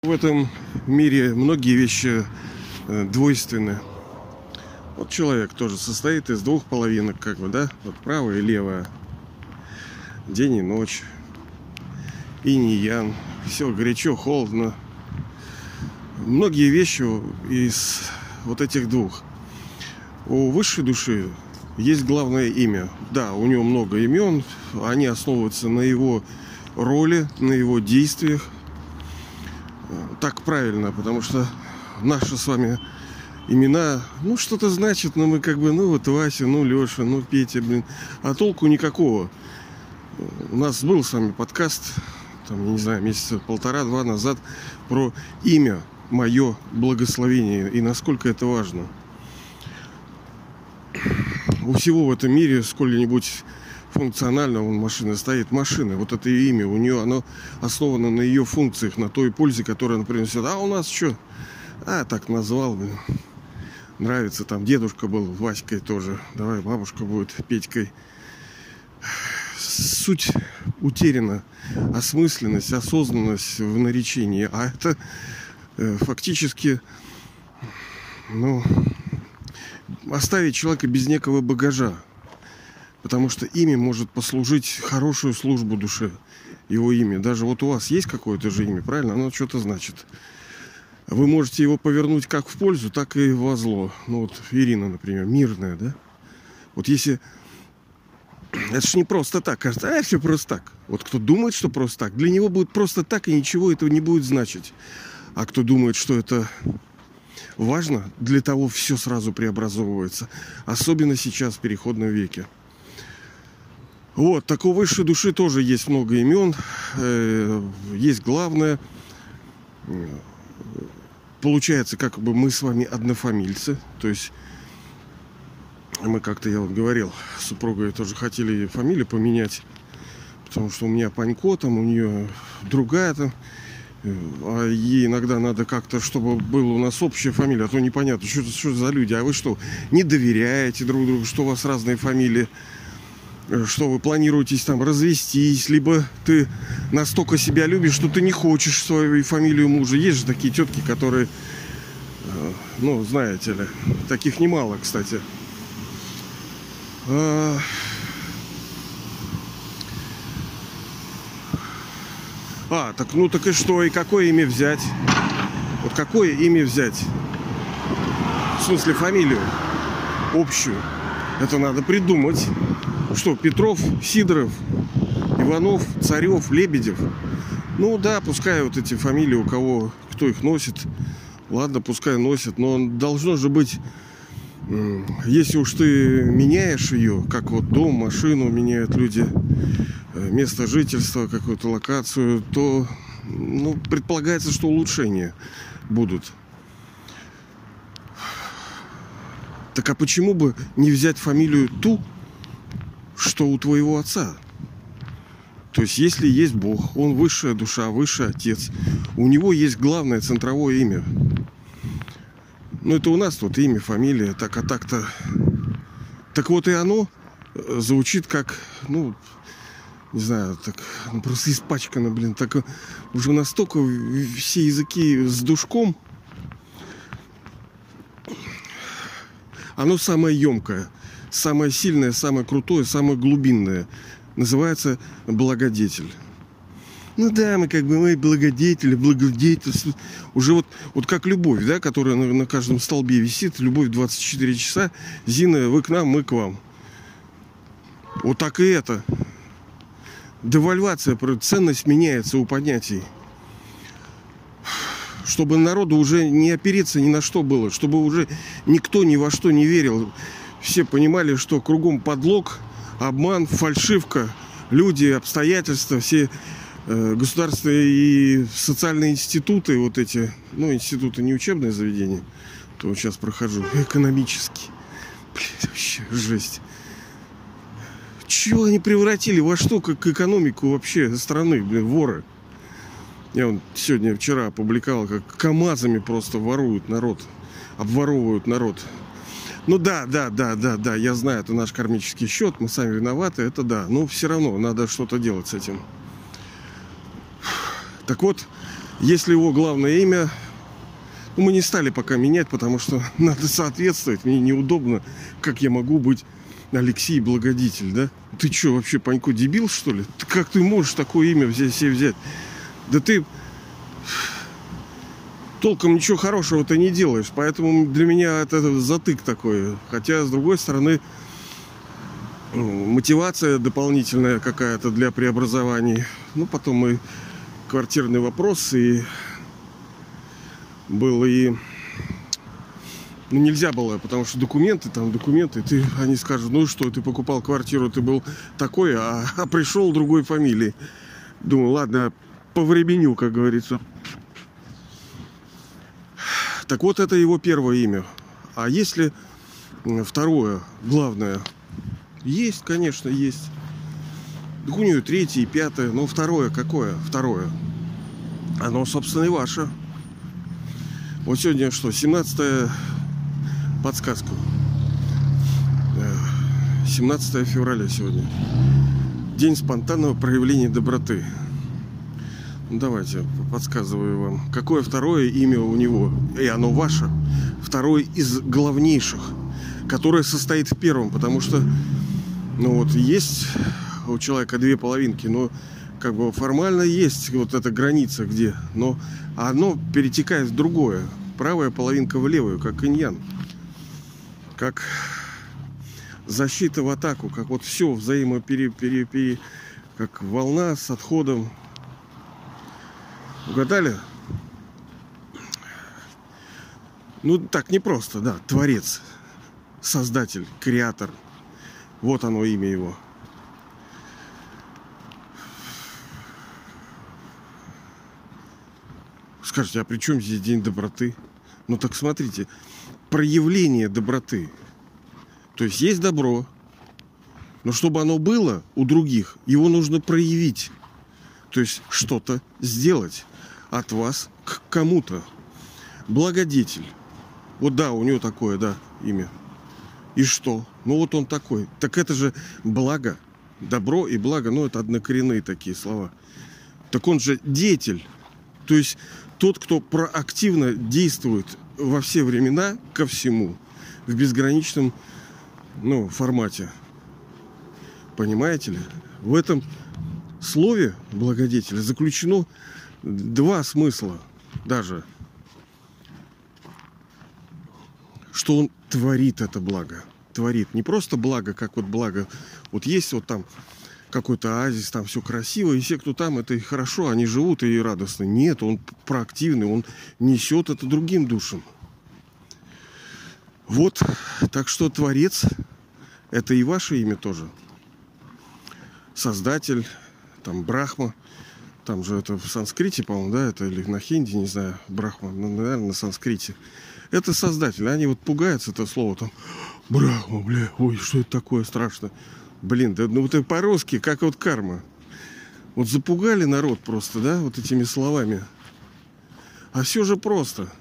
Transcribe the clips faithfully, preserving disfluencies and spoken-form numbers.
В этом мире многие вещи двойственны. Вот человек тоже состоит из двух половинок, как бы, да? Вот правая и левая. День и ночь. Инь и ян. Все горячо, холодно. Многие вещи из вот этих двух. У высшей души есть главное имя. Да, у него много имен. Они основываются на его роли, на его действиях. Так правильно, потому что наши с вами имена, ну, что-то значит, но мы как бы, ну, вот Вася, ну, Леша, ну, Петя, блин. А толку никакого. У нас был с вами подкаст, там, я не знаю, месяца полтора-два назад про имя, мое благословение и насколько это важно. У всего в этом мире сколь-нибудь функционально вон машина стоит. Машина, вот это ее имя, у нее оно основано на ее функциях, на той пользе, которую она принесет. А у нас что? А, так назвал, блин. Нравится, там дедушка был Васькой тоже. Давай бабушка будет Петькой. Суть утеряна. Осмысленность, осознанность в наречении. А это э, фактически, ну, оставить человека без некого багажа. Потому что имя может послужить хорошую службу душе. Его имя. Даже вот у вас есть какое-то же имя, правильно? Оно что-то значит. Вы можете его повернуть как в пользу, так и во зло. Ну вот Ирина, например, мирная, да? Вот если... Это ж не просто так. Кажется, а все просто так. Вот кто думает, что просто так, для него будет просто так, и ничего этого не будет значить. А кто думает, что это важно, для того все сразу преобразовывается. Особенно сейчас, в переходном веке. Вот, так у высшей души тоже есть много имен. Есть главное. Получается, как бы мы с вами однофамильцы. То есть мы как-то, я вот говорил, с супругой тоже хотели фамилию поменять. Потому что у меня Панько, там у нее другая там. А ей иногда надо как-то, чтобы была у нас общая фамилия. А то непонятно, что, что за люди. А вы что, не доверяете друг другу, что у вас разные фамилии? Что вы планируетесь там развестись, либо ты настолько себя любишь, что ты не хочешь свою фамилию мужа. Есть же такие тетки, которые, ну, знаете ли, таких немало, кстати. А, а так ну так и что, и какое имя взять? Вот какое имя взять? В смысле фамилию общую. Это надо придумать. Что, Петров, Сидоров, Иванов, Царев, Лебедев. Ну да, пускай вот эти фамилии у кого, кто их носит. Ладно, пускай носят. Но должно же быть, если уж ты меняешь ее, как вот дом, машину меняют люди, место жительства, какую-то локацию, то, ну, предполагается, что улучшения будут. Так а почему бы не взять фамилию ту, что у твоего отца? То есть, если есть Бог, он высшая душа, высший отец, у него есть главное центровое имя. Ну, это у нас тут имя, фамилия, так, а так-то... Так вот и оно звучит как, ну, не знаю, так, ну, просто испачкано, блин, так уже настолько все языки с душком. Оно самое емкое. Самое сильное, самое крутое, самое глубинное. Называется благодетель. Ну да, мы как бы мы благодетели, благодетельство. Уже вот, вот как любовь, да, которая на, на каждом столбе висит. Любовь двадцать четыре часа. Зина, вы к нам, мы к вам. Вот так и это. Девальвация, ценность меняется у понятий. Чтобы народу уже не опереться ни на что было. Чтобы уже никто ни во что не верил. Все понимали, что кругом подлог, обман, фальшивка, люди, обстоятельства, все э, государственные и социальные институты, вот эти, ну, институты не учебные заведения, то вот сейчас прохожу, экономические. Блин, вообще жесть. Чего они превратили, во что, как экономику вообще страны, блин, воры. Я вот сегодня, вчера опубликовал, как КАМАЗами просто воруют народ, обворовывают народ. Ну да, да, да, да, да, я знаю, это наш кармический счет, мы сами виноваты, это да. Но все равно надо что-то делать с этим. Так вот, Если его главное имя, ну, мы не стали пока менять, потому что надо соответствовать. Мне неудобно, как я могу быть Алексей Благодетель, да? Ты что, вообще, Панько, дебил, что ли? Ты, как ты можешь такое имя взять, себе взять? Да ты толком ничего хорошего ты не делаешь, поэтому для меня это затык такой. Хотя, с другой стороны, мотивация дополнительная какая-то для преобразований. Ну, потом мы квартирный вопрос, и был и... Ну, нельзя было, потому что документы, там, документы, ты, они скажут, ну что, ты покупал квартиру, ты был такой, а, а пришел другой фамилии. Думаю, ладно, повременю, как говорится. Так вот, это его первое имя. А если второе, главное? Есть, конечно, есть. Так у нее третье и пятое, но второе какое? Второе. Оно, собственно, и ваше. Вот сегодня что, семнадцатое... Подсказку. семнадцатое февраля сегодня. День спонтанного проявления доброты. Ну, давайте, подсказываю вам. Какое второе имя у него? И оно ваше. Второе из главнейших, которое состоит в первом. Потому что, ну вот, есть у человека две половинки, но как бы формально есть вот эта граница где. Но одно перетекает в другое. Правая половинка в левую, как инь-ян. Как защита в атаку, как вот все взаимопере, пере, пере, как волна с отходом. Угадали? Ну, так непросто, да. Творец, создатель, креатор. Вот оно, имя его. Скажите, а при чем здесь День доброты? Ну так смотрите, проявление доброты. То есть есть добро, но чтобы оно было у других, его нужно проявить. То есть что-то сделать от вас к кому-то. Благодетель. Вот да, у него такое, да, имя. И что? Ну вот он такой. Так это же благо. Добро и благо, ну это однокоренные такие слова. Так он же деятель. То есть тот, кто проактивно действует во все времена ко всему в безграничном, ну, формате. Понимаете ли? В этом слове благодетеля заключено два смысла даже. Что он творит это благо. Творит. Не просто благо, как вот благо. Вот есть вот там какой-то оазис, там все красиво, и все, кто там, это и хорошо, они живут и радостны. Нет, он проактивный, он несет это другим душам. Вот, так что Творец, это и ваше имя тоже. Создатель, там Брахма, там же это в санскрите, по-моему, да, это или на хинди, не знаю, Брахма, ну, наверное, на санскрите. Это создатель, они вот пугаются это слово, там, Брахма, бля, ой, что это такое страшно. Блин, да ну это по-русски, как вот карма. Вот запугали народ просто, да, вот этими словами. А все же просто.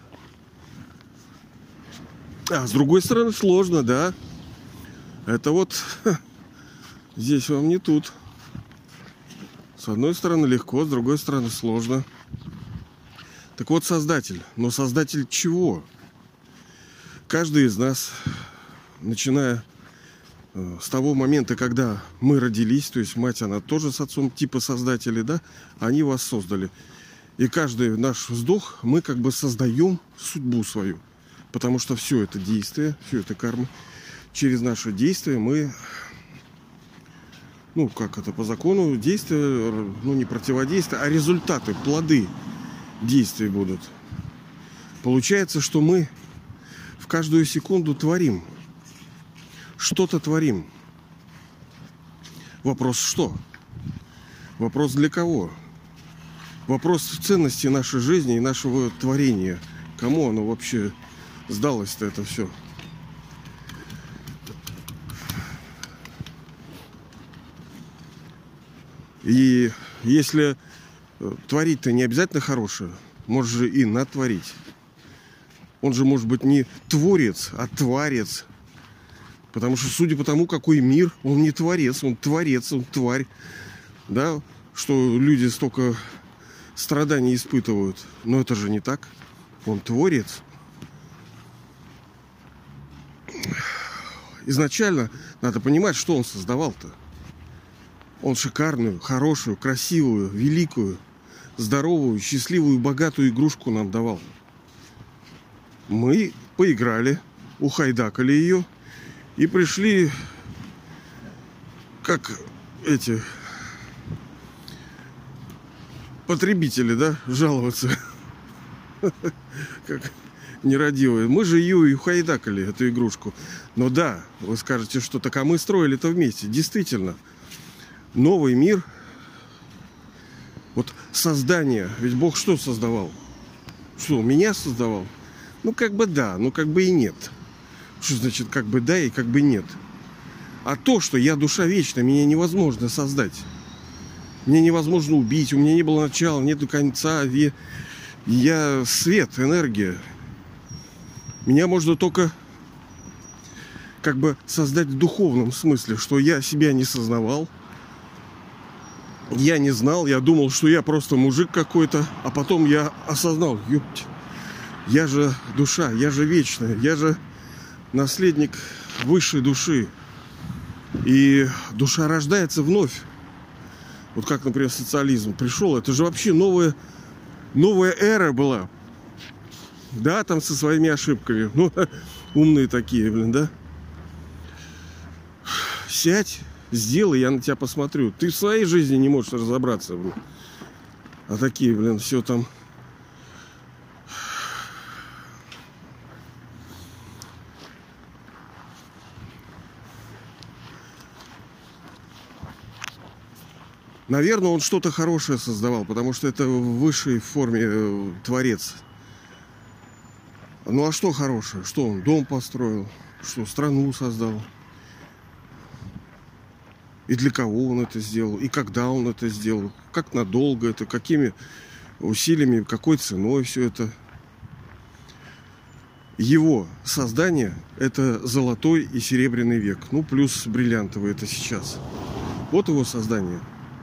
А с другой стороны сложно, да. Это вот ха, здесь вам не тут. С одной стороны легко, с другой стороны сложно. Так вот, создатель. Но создатель чего? Каждый из нас, начиная с того момента, когда мы родились, то есть мать, она тоже с отцом типа создатели, да, они вас создали. И каждый наш вздох мы как бы создаем судьбу свою. Потому что все это действие, все это карма, через наше действие мы, ну, как это по закону, действия, ну, не противодействие, а результаты, плоды действий будут. Получается, что мы в каждую секунду творим. Что-то творим. Вопрос что? Вопрос для кого? Вопрос в ценности нашей жизни и нашего творения. Кому оно вообще сдалось-то это все? И если творить-то не обязательно хорошее, может же и натворить. Он же может быть не творец, а тварец. Потому что, судя по тому, какой мир, он не творец, он творец, он тварь. Да, что люди столько страдания испытывают. Но это же не так. Он творец. Изначально надо понимать, что он создавал-то. Он шикарную, хорошую, красивую, великую, здоровую, счастливую, богатую игрушку нам давал. Мы поиграли, ухайдакали ее и пришли, как эти потребители, да, жаловаться, как нерадивые. Мы же ее и ухайдакали, эту игрушку. Но да, вы скажете, что так, а мы строили это вместе. Действительно, новый мир, вот создание, ведь Бог что создавал? Что, меня создавал? Ну, как бы да, ну, как бы и нет. Что значит как бы да и как бы нет? А то, что я душа вечная, меня невозможно создать. Мне невозможно убить, у меня не было начала, нету конца. Я, я свет, энергия. Меня можно только как бы создать в духовном смысле, что я себя не сознавал. Я не знал, я думал, что я просто мужик какой-то, а потом я осознал, ёпть, я же душа, я же вечная, я же наследник высшей души. И душа рождается вновь. Вот как, например, социализм пришел, это же вообще новая, новая эра была. Да, там со своими ошибками. Ну, умные такие, блин, да? Сядь, сделай, я на тебя посмотрю. Ты в своей жизни не можешь разобраться, блин. А такие, блин, все там. Наверное, он что-то хорошее создавал, потому что это в высшей форме э, творец. Ну а что хорошее? Что он дом построил? Что страну создал? И для кого он это сделал? И когда он это сделал? Как надолго это? Какими усилиями? Какой ценой все это? Его создание – это золотой и серебряный век. Ну, плюс бриллиантовый это сейчас. Вот его создание.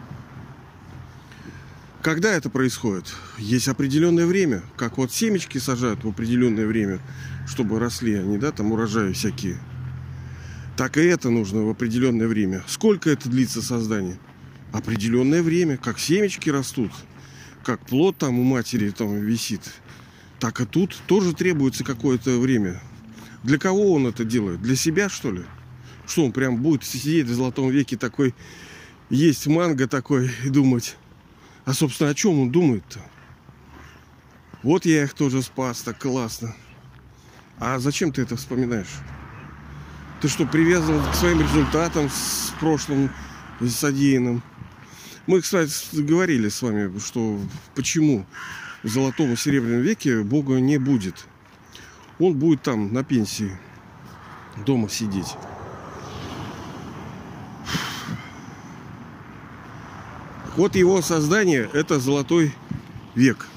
Когда это происходит? Есть определенное время. Как вот семечки сажают в определенное время, чтобы росли они, да, там урожаи всякие. Так и это нужно в определенное время. Сколько это длится создание? Определенное время. Как семечки растут, как плод там у матери там висит, так и тут тоже требуется какое-то время. Для кого он это делает? Для себя, что ли? Что он прям будет сидеть в золотом веке такой, есть манго такой и думать? А, собственно, о чем он думает-то? Вот я их тоже спас, так классно. А зачем ты это вспоминаешь? Ты что, привязан к своим результатам с прошлым содеянным? Мы, кстати, говорили с вами, что почему в золотом и серебряном веке Бога не будет. Он будет там на пенсии дома сидеть. Вот его создание – это золотой век.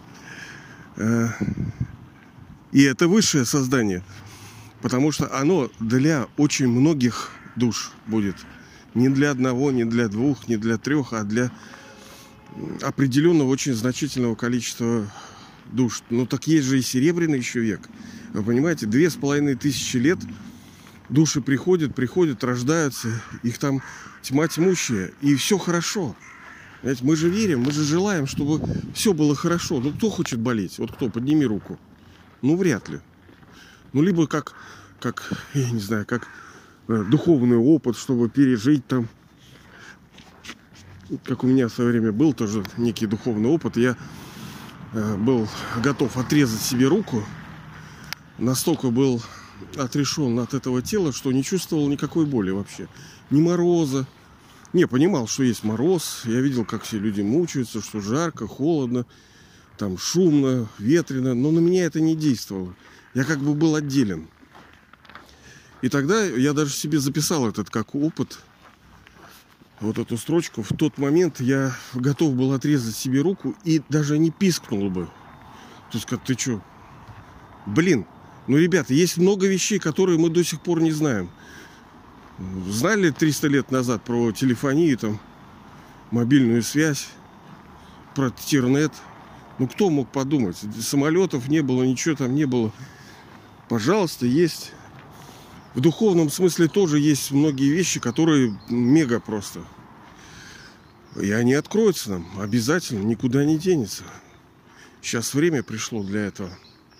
И это высшее создание, потому что оно для очень многих душ будет. Не для одного, не для двух, не для трех, а для определенного очень значительного количества душ. Но так есть же и серебряный еще век. Вы понимаете, две с половиной тысячи лет души приходят, приходят, рождаются, их там тьма тьмущая, и все хорошо. Знаете, мы же верим, мы же желаем, чтобы все было хорошо. Ну, кто хочет болеть? Вот кто? Подними руку. Ну, вряд ли. Ну, либо как, как я не знаю, как э, духовный опыт, чтобы пережить там. Как у меня в свое время был тоже некий духовный опыт. Я э, был готов отрезать себе руку. Настолько был отрешен от этого тела, что не чувствовал никакой боли вообще. Ни мороза. Не, понимал, что есть мороз. Я видел, как все люди мучаются, что жарко, холодно, там шумно, ветрено. Но на меня это не действовало. Я как бы был отделен. И тогда я даже себе записал этот как опыт. Вот эту строчку. В тот момент я готов был отрезать себе руку и даже не пискнул бы. То есть, как ты что? Блин, ну, ребята, есть много вещей, которые мы до сих пор не знаем. Знали триста лет назад про телефонию, там, мобильную связь? про Тернет. Ну, кто мог подумать? Самолетов не было, ничего там не было. Пожалуйста, есть. В духовном смысле тоже есть многие вещи, которые мега просто. И они откроются нам обязательно, никуда не денется. Сейчас время пришло для этого.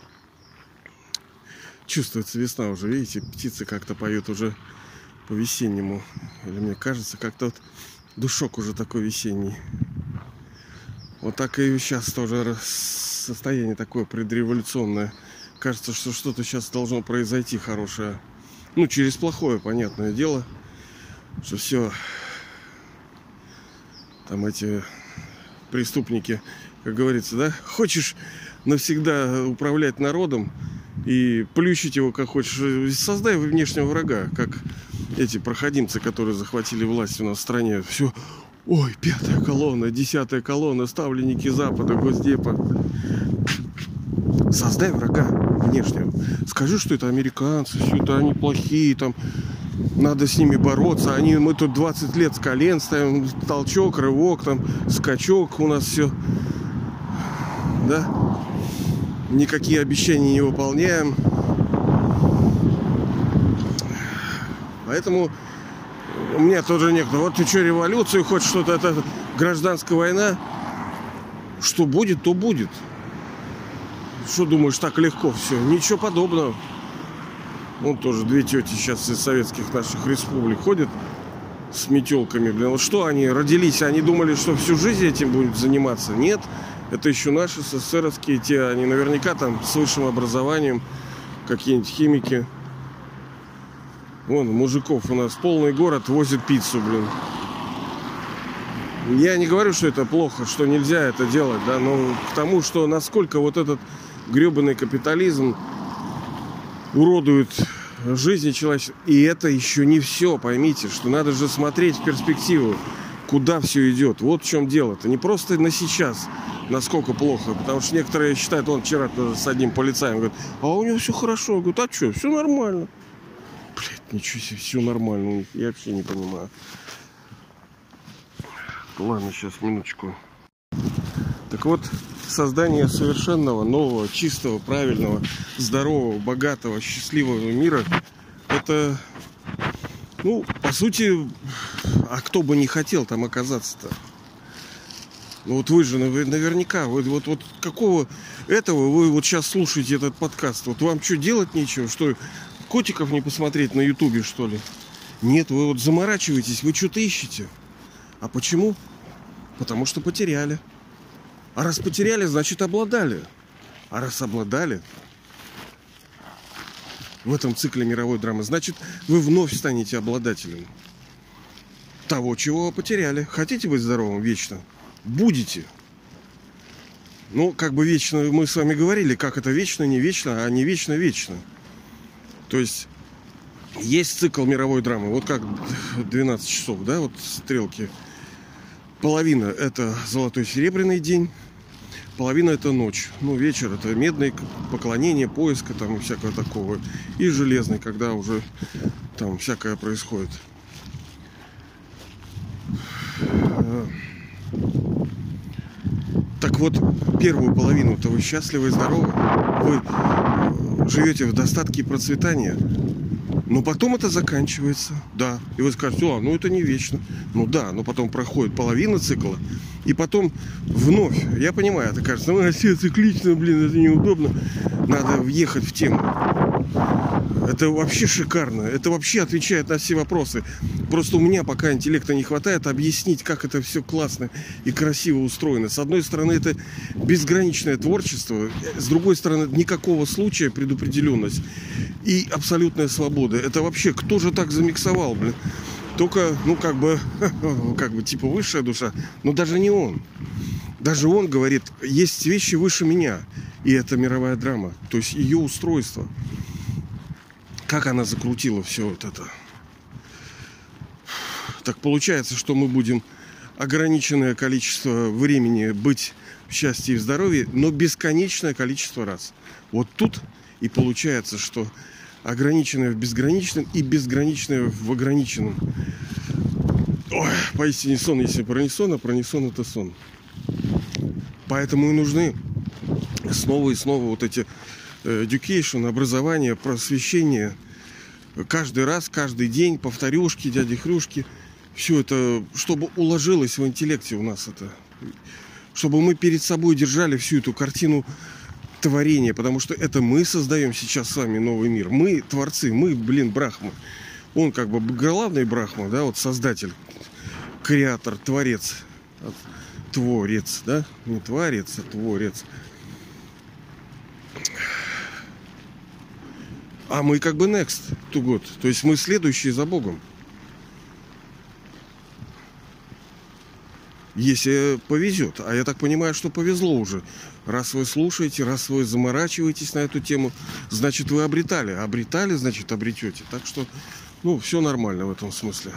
Чувствуется весна уже, видите, птицы как-то поют уже по-весеннему. Или мне кажется, как-то вот душок уже такой весенний. Вот так и сейчас тоже состояние такое предреволюционное. Кажется, что что-то сейчас должно произойти хорошее. Ну, через плохое, понятное дело. Что все там эти преступники, как говорится, да? Хочешь навсегда управлять народом и плющить его как хочешь. Создай внешнего врага, как эти проходимцы, которые захватили власть у нас в стране. Все, ой, пятая колонна, десятая колонна, ставленники Запада, Госдепа. Создай врага внешнего. Скажи, что это американцы, все это они плохие, там надо с ними бороться. Они, мы тут двадцать лет с колен ставим, толчок, рывок, там, скачок, у нас все. Да? Никакие обещания не выполняем. Поэтому у меня тоже некто. Вот ты что, революцию хочешь, что-то, это гражданская война? Что будет, то будет. Что думаешь, так легко все? Ничего подобного. Вон тоже две тети сейчас из советских наших республик ходят с метелками. Блин, вот что они родились? Они думали, что всю жизнь этим будут заниматься? Нет. Это еще наши СССРовские, те, они наверняка там с высшим образованием, какие-нибудь химики. Вон, мужиков у нас полный город возит пиццу, блин. Я не говорю, что это плохо, что нельзя это делать, да, но к тому, что насколько вот этот гребаный капитализм уродует жизни человечества. И это еще не все, поймите, что надо же смотреть в перспективу, куда все идет. Вот в чем дело. Это не просто на сейчас, насколько плохо. Потому что некоторые считают, он вчера тоже с одним полицаем говорит, а у него все хорошо. Я говорю, а что, все нормально. Блядь, ничего себе, все нормально у них. Я вообще не понимаю. Ладно, сейчас, минуточку. Так вот, создание совершенного, нового, чистого, правильного, здорового, богатого, счастливого мира, это, ну, по сути, а кто бы не хотел там оказаться-то? Ну вот вы же наверняка, вы, вот, вот какого этого вы вот сейчас слушаете этот подкаст? Вот вам что, делать нечего? Что, котиков не посмотреть на ютубе, что ли? Нет, вы вот заморачиваетесь, вы что-то ищете. А почему? Потому что потеряли. А раз потеряли, значит обладали. А раз обладали в этом цикле мировой драмы, значит вы вновь станете обладателем того, чего вы потеряли. Хотите быть здоровым вечно? Будете. Ну, как бы вечно, мы с вами говорили, как это вечно, не вечно, а не вечно-вечно. То есть есть цикл мировой драмы. Вот как двенадцать часов, да, вот стрелки. Половина это золотой серебряный день, половина это ночь. Ну, вечер это медное поклонение, поиска там и всякого такого. И железный, когда уже там всякое происходит. Так вот, первую половину-то вы счастливы и здоровы. Вы живете в достатке и процветании. Но потом это заканчивается, да. И вы скажете, а, ну это не вечно. Ну да, но потом проходит половина цикла. И потом вновь, я понимаю, это кажется, ну все циклично, блин, это неудобно. Надо въехать в тему. Это вообще шикарно. Это вообще отвечает на все вопросы. Просто у меня пока интеллекта не хватает объяснить, как это все классно и красиво устроено. С одной стороны, это безграничное творчество. С другой стороны, никакого случая, предопределенность и абсолютная свобода. Это вообще, кто же так замиксовал, блин? Только, ну, как бы, как бы, типа, высшая душа. Но даже не он. Даже он говорит, есть вещи выше меня. И это мировая драма. То есть ее устройство. Как она закрутила все вот это. Так получается, что мы будем ограниченное количество времени быть в счастье и в здоровье, но бесконечное количество раз. Вот тут и получается, что ограниченное в безграничном и безграничное в ограниченном. Ой, поистине сон, если про не сон, а про не сон это сон. Поэтому и нужны снова и снова вот эти education, образование, просвещение. Каждый раз, каждый день, повторюшки, дяди-хрюшки. Все это, чтобы уложилось в интеллекте у нас это. Чтобы мы перед собой держали всю эту картину творения. Потому что это мы создаем сейчас с вами новый мир. Мы творцы, мы, блин, брахмы. Он как бы главный брахма, да, вот создатель, креатор, творец. Творец, да? Не творец, а творец. А мы как бы next to God. То есть мы следующие за Богом. Если повезет. А я так понимаю, что повезло уже. Раз вы слушаете, раз вы заморачиваетесь на эту тему, значит, вы обретали. Обретали, значит, обретете. Так что, ну, все нормально в этом смысле.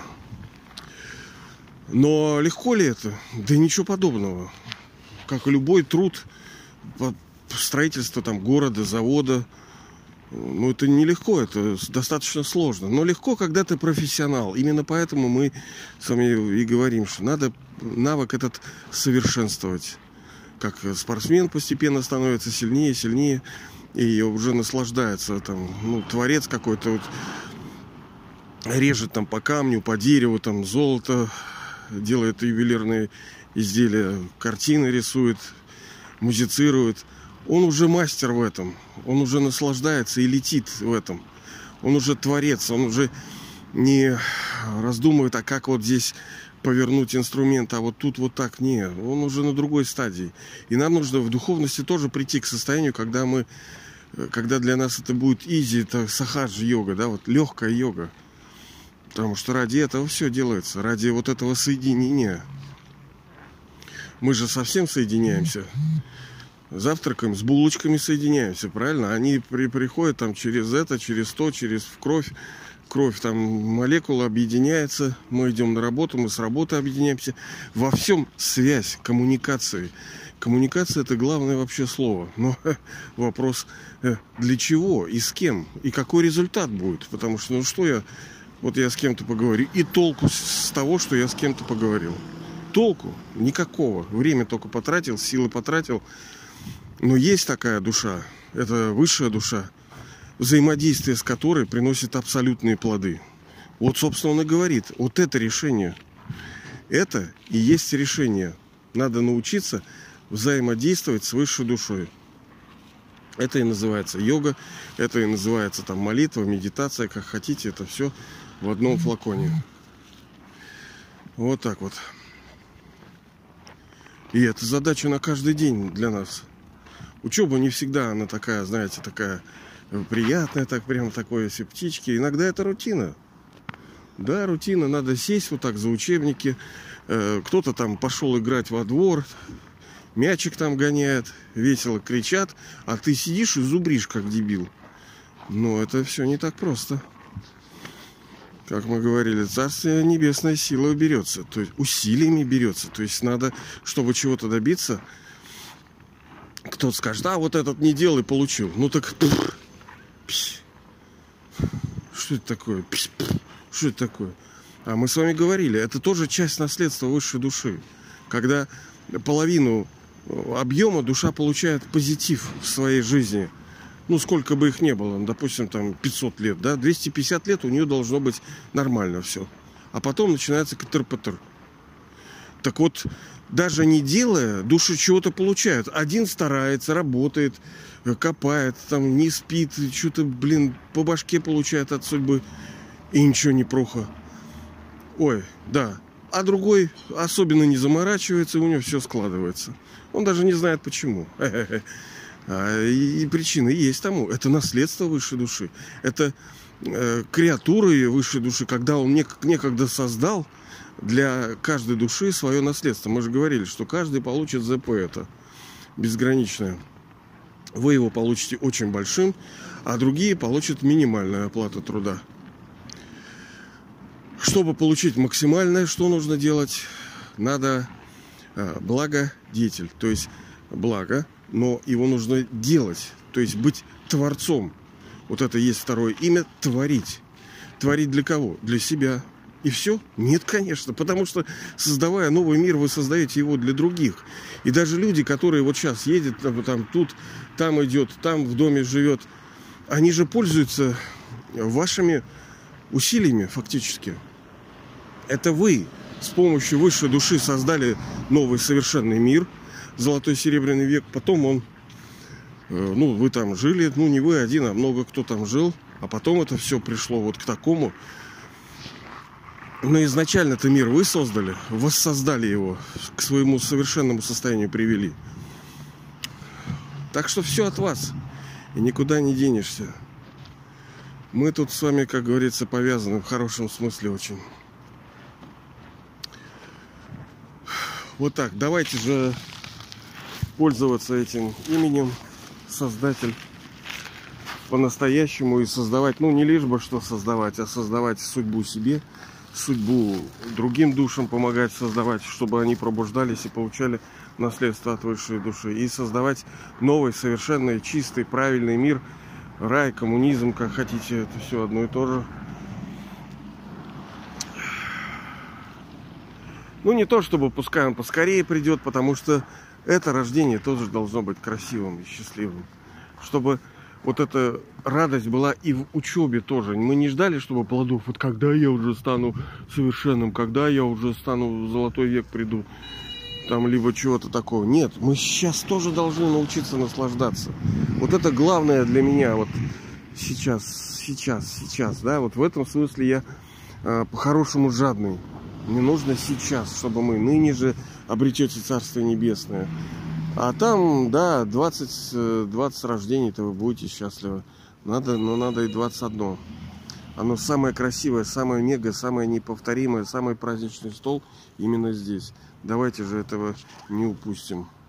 Но легко ли это? Да ничего подобного. Как и любой труд, строительство там города, завода. Ну, это нелегко, это достаточно сложно. Но легко, когда ты профессионал. Именно поэтому мы с вами и говорим, что надо навык этот совершенствовать. Как спортсмен постепенно становится сильнее, сильнее. И уже наслаждается там, ну, творец какой-то вот режет там по камню, по дереву, там золото, делает ювелирные изделия, картины рисует, музицирует. Он уже мастер в этом. Он уже наслаждается и летит в этом. Он уже творец. Он уже не раздумывает, а как вот здесь повернуть инструмент, а вот тут вот так. Не, он уже на другой стадии. И нам нужно в духовности тоже прийти к состоянию, когда мы, когда для нас это будет изи, это сахаджи-йога, да, вот легкая йога. Потому что ради этого все делается. Ради вот этого соединения. Мы же совсем соединяемся. Завтракаем, с булочками соединяемся, правильно? Они при, приходят там через это, через то, через кровь. Кровь, там молекула объединяется. Мы идем на работу, мы с работы объединяемся. Во всем связь, коммуникации. Коммуникация — это главное вообще слово. Но вопрос, для чего и с кем? И какой результат будет? Потому что, ну что я... Вот я с кем-то поговорю. И толку с того, что я с кем-то поговорил. Толку никакого. Время только потратил, силы потратил. Но есть такая душа, это высшая душа, взаимодействие с которой приносит абсолютные плоды. Вот, собственно, он и говорит, вот это решение. Это и есть решение. Надо научиться взаимодействовать с высшей душой. Это и называется йога, это и называется там молитва, медитация, как хотите, это все в одном флаконе. Вот так вот. И это задача на каждый день для нас. Учеба не всегда она такая, знаете, такая приятная, так прям такое все птички. Иногда это рутина. Да, рутина. Надо сесть вот так за учебники. Кто-то там пошел играть во двор, мячик там гоняет, весело кричат, а ты сидишь и зубришь, как дебил. Но это все не так просто. Как мы говорили, Царствие Небесное силой берется, то есть усилиями берется. То есть надо, чтобы чего-то добиться. Кто-то скажет, а вот этот не делал и получил. Ну так, что это такое? Что это такое? А мы с вами говорили, это тоже часть наследства высшей души. Когда половину объема душа получает позитив в своей жизни. Ну, сколько бы их ни было, допустим, там пятьсот лет, да, двести пятьдесят лет у нее должно быть нормально все. А потом начинается катыр-патыр. Так вот, даже не делая, души чего-то получают. Один старается, работает, копает, там не спит, что-то, блин, по башке получает от судьбы. И ничего не плохо. Ой, да. А другой особенно не заморачивается, у него все складывается. Он даже не знает почему. И причины есть тому. Это наследство высшей души. Это креатуры высшей души, когда он некогда создал для каждой души свое наследство. Мы же говорили, что каждый получит ЗП, это безграничное. Вы его получите очень большим, а другие получат минимальную оплату труда. Чтобы получить максимальное, что нужно делать? Надо э, благодетель, то есть благо, но его нужно делать, то есть быть творцом. Вот это есть второе имя — творить. Творить для кого? Для себя. И все? Нет, конечно. Потому что, создавая новый мир, вы создаете его для других. И даже люди, которые вот сейчас едут, там, тут, там идет, там в доме живет, они же пользуются вашими усилиями фактически. Это вы с помощью высшей души создали новый совершенный мир, золотой серебряный век. Потом он, ну, вы там жили, ну, не вы один, а много кто там жил. А потом это все пришло вот к такому. Но изначально-то мир вы создали, воссоздали его, к своему совершенному состоянию привели. Так что все от вас. И никуда не денешься. Мы тут с вами, как говорится, повязаны в хорошем смысле очень. Вот так. Давайте же пользоваться этим именем Создатель по-настоящему и создавать, ну, не лишь бы что создавать, а создавать судьбу себе, судьбу другим душам помогать создавать, чтобы они пробуждались и получали наследство от высшей души. И создавать новый, совершенный, чистый, правильный мир, рай, коммунизм, как хотите, это все одно и то же. Ну, не то, чтобы пускай он поскорее придет, потому что это рождение тоже должно быть красивым и счастливым. Чтобы вот эта радость была и в учебе тоже. Мы не ждали, чтобы плодов, вот когда я уже стану совершенным, когда я уже стану в золотой век приду, там, либо чего-то такого. Нет, мы сейчас тоже должны научиться наслаждаться. Вот это главное для меня вот сейчас, сейчас, сейчас, да, вот в этом смысле я э, по-хорошему жадный. Мне нужно сейчас, чтобы мы ныне же обретете Царство Небесное. А там, да, двадцать, двадцать рождений-то вы будете счастливы. Надо, но надо и двадцать одно. Оно самое красивое, самое мега, самое неповторимое, самый праздничный стол именно здесь. Давайте же этого не упустим.